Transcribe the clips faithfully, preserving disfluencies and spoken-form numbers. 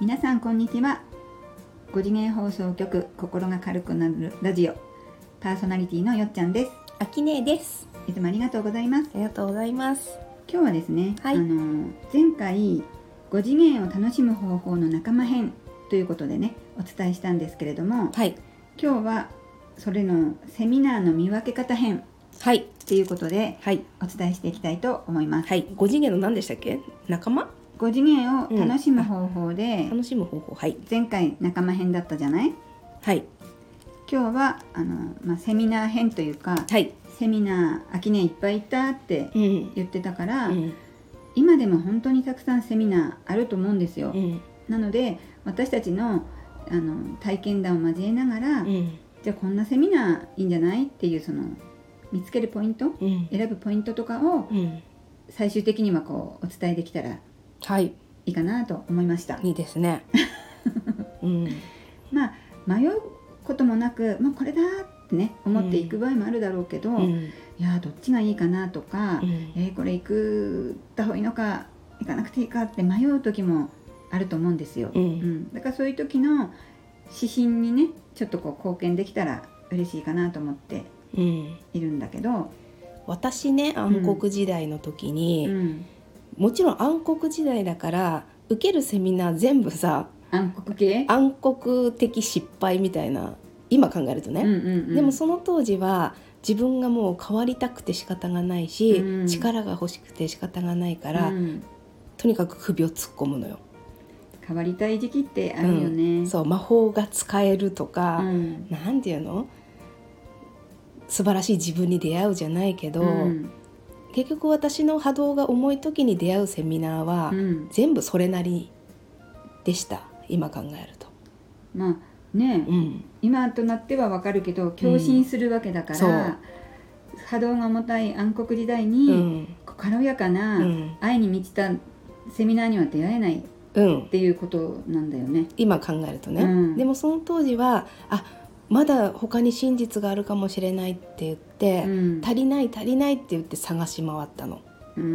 皆さんこんにちは。ご次元放送局心が軽くなるラジオパーソナリティのよっちゃんです。 あきねえです。 いつもありがとうございます。 ありがとうございます。 今日はですね、 はい、 あの前回ご次元を楽しむ方法の仲間編ということでねお伝えしたんですけれども、 はい、 今日はそれのセミナーの見分け方編はいということで、 はい、 お伝えしていきたいと思います。 はい、ご次元の何でしたっけ？仲間？ ご次元を楽しむ方法で、 うん、楽しむ方法、はい、 前回仲間編だったじゃない？ はい、 今日はあの、まあ、セミナー編というか、 はい、 セミナー秋ねいっぱい行ったって言ってたから、 うん、 今でも本当にたくさんセミナーあると思うんですよ、 うん、 なので私たちの、あの体験談を交えながら、 うん、 じゃあこんなセミナーいいんじゃないっていうその見つけるポイント、うん、選ぶポイントとかを、うん、最終的にはこうお伝えできたらいいかなと思いました。 いいですね、うん、 まあ迷うこともなく、まあ、これだってね思っていく場合もあるだろうけど、うん、いやどっちがいいかなとか、うん、えー、これ行くった方がいいのか行かなくていいかって迷う時もあると思うんですよ、うんうん、だからそういう時の指針にねちょっとこう貢献できたら嬉しいかなと思っているんだけど、うん、 私ね暗黒時代の時に、うんうん、もちろん暗黒時代だから受けるセミナー全部さ暗黒系暗黒的失敗みたいな今考えるとね、うんうんうん、でもその当時は自分がもう変わりたくて仕方がないし、うん、力が欲しくて仕方がないから、うん、とにかく首を突っ込むのよ。 変わりたい時期ってあるよね、 うん、そう魔法が使えるとか、うん、なんていうの素晴らしい自分に出会うじゃないけど、うん、結局私の波動が重い時に出会うセミナーは、うん、全部それなりでした今考えると。 まあね、うん、今となっては分かるけど共振するわけだから、うん、波動が重たい暗黒時代に、うん、軽やかな愛に満ちたセミナーには出会えないっていうことなんだよね、 今考えるとね、うん、でもその当時はあまだ他に真実があるかもしれないって言って、うん、足りない足りないって言って探し回ったの、うんうん、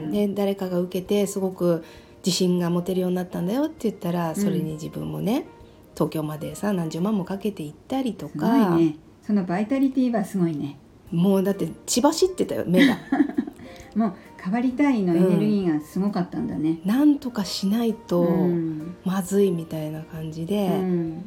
で誰かが受けてすごく自信が持てるようになったんだよって言ったら、それに自分もね東京までさ何十万もかけて行ったりとか、 すごいね、そのバイタリティはすごいね。 もうだって血走ってたよ目がもう変わりたいのエネルギーがすごかったんだね、 うん、なんとかしないとまずいみたいな感じで、うん、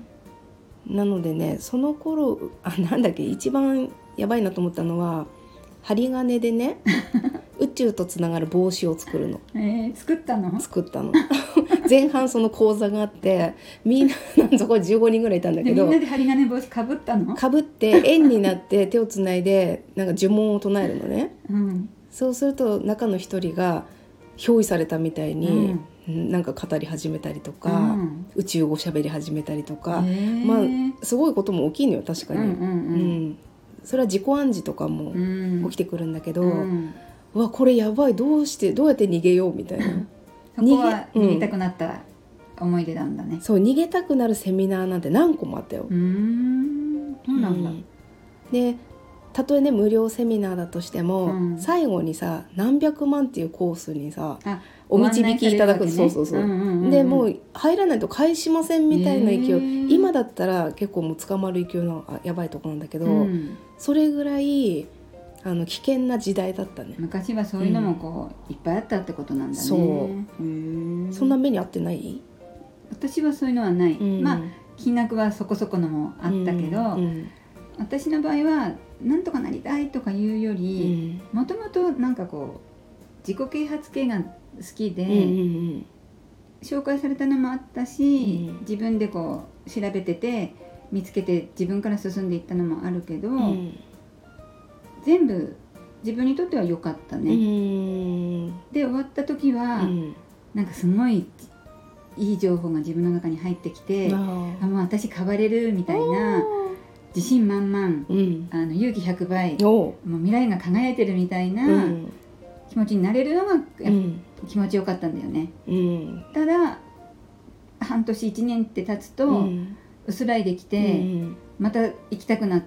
なのでねその頃あなんだっけ一番やばいなと思ったのは針金でね宇宙とつながる帽子を作るの、 えー、作ったの作ったの前半その講座があってみんなそこじゅうごにんぐらいいたんだけど、 みんなで針金帽子かぶったの？ かぶって円になって手をつないでなんか呪文を唱えるのね、うん、そうすると中の一人が憑依されたみたいに、うん、なんか語り始めたりとか、うん、宇宙語喋り始めたりとか、まあすごいことも起きんのよ確かに、うんうんうんうん、それは自己暗示とかも起きてくるんだけど、うんうわこれやばいどうしてどうやって逃げようみたいなそこは逃げたくなった思い出なんだね、 うん、そう逃げたくなるセミナーなんて何個もあったよ。 うーんそうなんだ、うん、 でたとえね無料セミナーだとしても、うん、最後にさ何百万っていうコースにさお導きいただく、ね、そうそうそう、うんうんうんうん、でもう入らないと返しませんみたいな勢い、今だったら結構もう捕まる勢いのやばいとこなんだけど、うん、それぐらいあの危険な時代だったね。 昔はそういうのもこう、うん、いっぱいあったってことなんだね。 そう。へそんな目に遭ってない？ 私はそういうのはない、うん、まあ金額はそこそこのもあったけど、うんうん、私の場合はなんとかなりたいとかいうよりもともとなんかこう自己啓発系が好きで、うんうんうん、紹介されたのもあったし、うん、自分でこう調べてて見つけて自分から進んでいったのもあるけど、うん全部自分にとっては良かったね。うんで終わった時は、うん、なんかすごいいい情報が自分の中に入ってきて、あもう私変われるみたいな自信満々、うん、あの勇気ひゃくばいもう未来が輝いてるみたいな気持ちになれるのが、うん、気持ちよかったんだよね、うん、ただ半年いちねんって経つと、うん、薄らいできて、うん、また行きたくなって、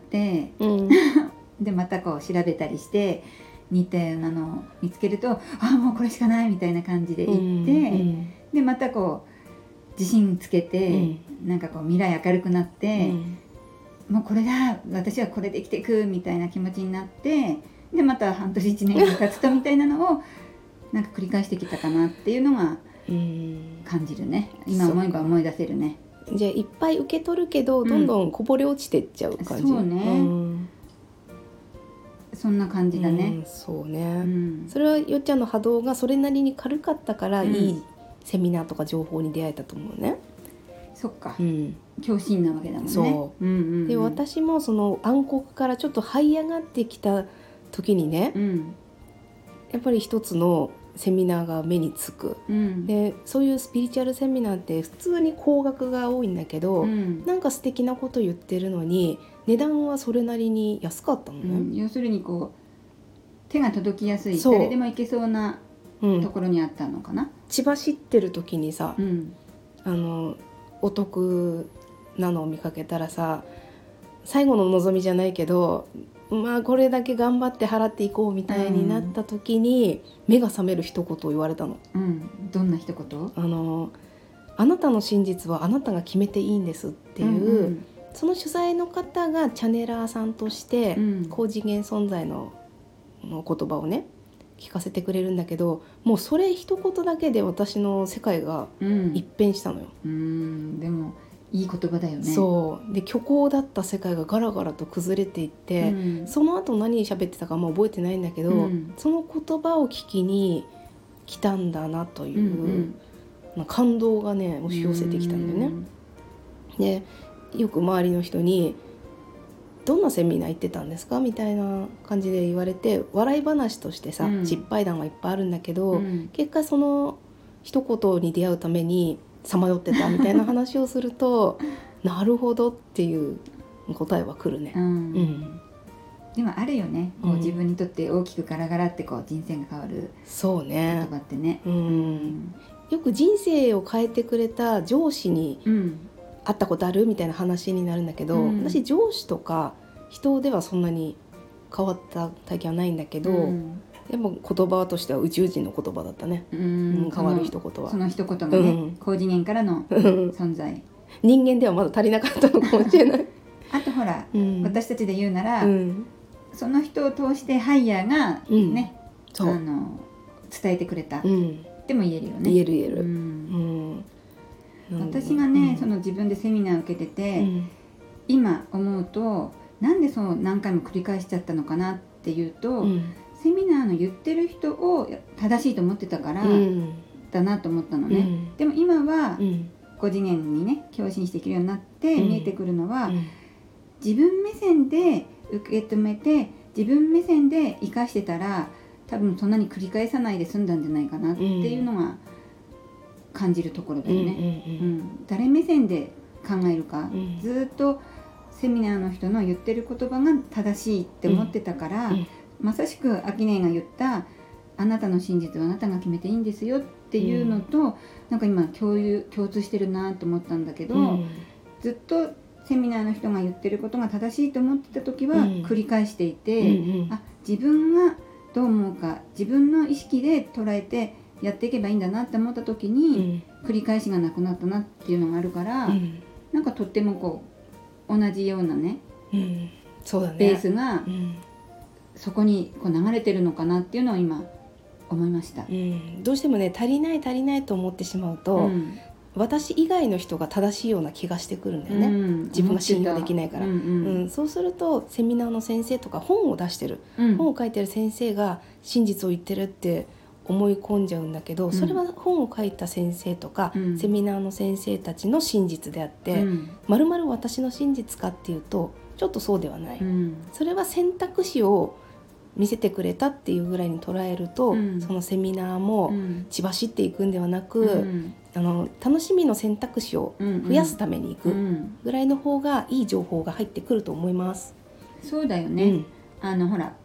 うんでまたこう調べたりして似たようなのを見つけるとあもうこれしかないみたいな感じで行って、うんうん、でまたこう自信つけて、うん、なんかこう未来明るくなって、うん、もうこれだ私はこれで生きていくみたいな気持ちになって、でまた半年いちねんが経つとみたいなのをなんか繰り返してきたかなっていうのが感じるね。今思えば思い出せるね。 じゃあいっぱい受け取るけど、うん、どんどんこぼれ落ちてっちゃう感じ。 そうね、うん、そんな感じだね、 うん、そうね、うん、それはよっちゃんの波動がそれなりに軽かったから、うん、いいセミナーとか情報に出会えたと思うね。 そっか、うん、強心なわけだもんね。 そう、うんうんうん、で私もその暗黒からちょっと這い上がってきた時にね、うん、やっぱり一つのセミナーが目につく、うん、でそういうスピリチュアルセミナーって普通に高額が多いんだけど、うん、なんか素敵なこと言ってるのに値段はそれなりに安かったのね、うん、 要するにこう手が届きやすい、誰でも行けそうなところにあったのかな、うん、 千葉知ってる時にさ、うん、あのお得なのを見かけたらさ、最後の望みじゃないけどまあこれだけ頑張って払っていこうみたいになった時に、うん、目が覚める一言を言われたの、 うん、どんな一言？ あのあなたの真実はあなたが決めていいんですっていう、うんうん、その主催の方がチャネラーさんとして、うん、高次元存在 の, の言葉をね聞かせてくれるんだけど、もうそれ一言だけで私の世界が一変したのよ、 うん、うんでもいい言葉だよね。 そうで虚構だった世界がガラガラと崩れていって、うん、その後何喋ってたかも覚えてないんだけど、うん、その言葉を聞きに来たんだなという、うんうん、感動がね押し寄せてきたんだよね、うん、でよく周りの人にどんなセミナー行ってたんですかみたいな感じで言われて、笑い話としてさ、うん、失敗談はいっぱいあるんだけど、うん、結果その一言に出会うためにさまよってたみたいな話をするとなるほどっていう答えは来るね、うんうん、 でもあるよね、こう自分にとって大きくガラガラってこう人生が変わる言葉ってね、 そうね、うんうん、よく人生を変えてくれた上司に会ったことあるみたいな話になるんだけど、うん、私上司とか人ではそんなに変わった体験はないんだけど、うんでも言葉としては宇宙人の言葉だったね、うん、変わる一言はその一言がね、うん、高次元からの存在人間ではまだ足りなかったのかもしれないあとほら、うん、私たちで言うなら、うん、その人を通してハイヤーがね、うん、あの伝えてくれた、うん、でも言えるよね。 言える言える、 うんうん、私がね、その自分でセミナーを受けてて、今思うとなんでそう何回も繰り返しちゃったのかなっていうと、セミナーの言ってる人を正しいと思ってたから、うん、だなと思ったのね、うん、でも今はご次元にね共振していけるようになって見えてくるのは、うん、自分目線で受け止めて自分目線で生かしてたら多分そんなに繰り返さないで済んだんじゃないかなっていうのが感じるところだよね、うんうんうん、誰目線で考えるか、うん、ずっとセミナーの人の言ってる言葉が正しいって思ってたから、うんうん、まさしくアキネが言ったあなたの真実はあなたが決めていいんですよっていうのと、うん、なんか今共有共通してるなと思ったんだけど、うん、ずっとセミナーの人が言ってることが正しいと思ってた時は繰り返していて、うんうん、あ自分がどう思うか自分の意識で捉えてやっていけばいいんだなって思った時に、うん、繰り返しがなくなったなっていうのがあるから、うん、なんかとってもこう同じようなね、うん、そうだねベースが、うんそこにこう流れてるのかなっていうのを今思いました、うん、 どうしてもね足りない足りないと思ってしまうと、うん、私以外の人が正しいような気がしてくるんだよね、うん、自分が信用できないから、うんうんうん、そうするとセミナーの先生とか本を出してる、うん、本を書いてる先生が真実を言ってるって思い込んじゃうんだけど、それは本を書いた先生とか、うん、セミナーの先生たちの真実であって、まるまる私の真実かっていうとちょっとそうではない、うん、それは選択肢を見せてくれたっていうぐらいに捉えると、うん、そのセミナーも血走っていくんではなく、うん、あの楽しみの選択肢を増やすために行くぐらいの方がいい情報が入ってくると思います。 そうだよね、うん、あのほら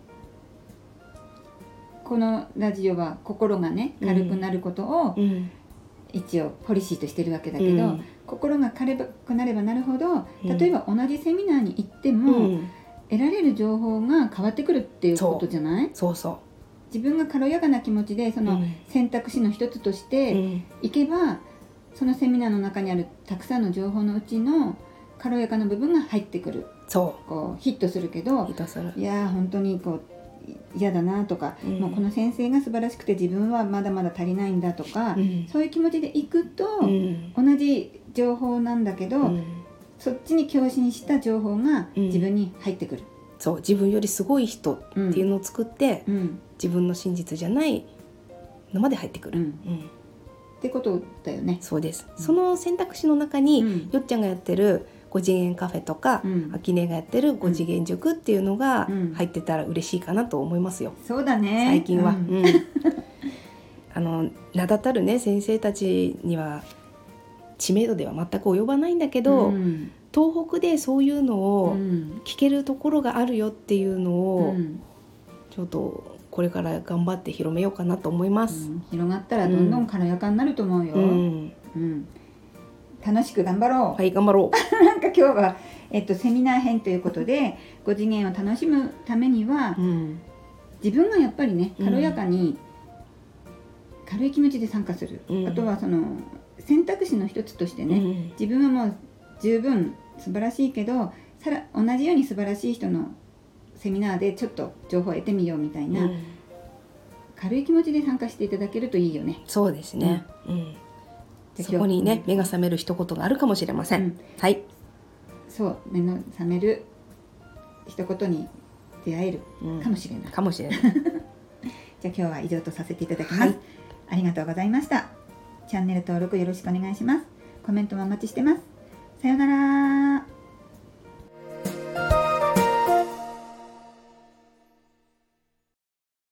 このラジオは心がね軽くなることを、うん、一応ポリシーとしてるわけだけど、うん、心が軽くなればなるほど例えば同じセミナーに行っても、うん得られる情報が変わってくるっていうことじゃない？ そうそう自分が軽やかな気持ちでその選択肢の一つとしていけば、うん、 そのセミナーの中にあるたくさんの情報のうちの軽やかな部分が入ってくる。 そうこうヒットするけど、 ヒットする。 いや本当にこう嫌だなとか、うん、もうこの先生が素晴らしくて自分はまだまだ足りないんだとか、うん、そういう気持ちでいくと、うん、同じ情報なんだけど、うん、そっちに共振した情報が自分に入ってくる、 うん、そう自分よりすごい人っていうのを作って、うん、自分の真実じゃないのまで入ってくる、うんうん、 ってことだよね。 そうです、うん、その選択肢の中に、うん、よっちゃんがやってるご次元カフェとか、うん、あきねがやってるご次元塾っていうのが入ってたら嬉しいかなと思いますよ、 うん、そうだね最近は、うんうん、あの名だたるね先生たちには知名度では全く及ばないんだけど、うん、東北でそういうのを聞けるところがあるよっていうのを、うん、ちょっとこれから頑張って広めようかなと思います、うん、 広がったらどんどん軽やかになると思うよ、うんうん、楽しく頑張ろう。はい、頑張ろうなんか今日は、えっと、セミナー編ということでご次元を楽しむためには、うん、自分がやっぱりね軽やかに、うん、軽い気持ちで参加する、うん、あとはその選択肢の一つとしてね、うん、自分はもう十分素晴らしいけどさら同じように素晴らしい人のセミナーでちょっと情報を得てみようみたいな、うん、軽い気持ちで参加していただけるといいよね。 そうですね、うんうん、そこにね、目が覚める一言があるかもしれません、うん、はい、 そう目の覚める一言に出会えるかもしれない、うん、 かもしれないじゃあ今日は以上とさせていただきます、はい、ありがとうございました。チャンネル登録よろしくお願いします。コメントもお待ちしてます。さようなら。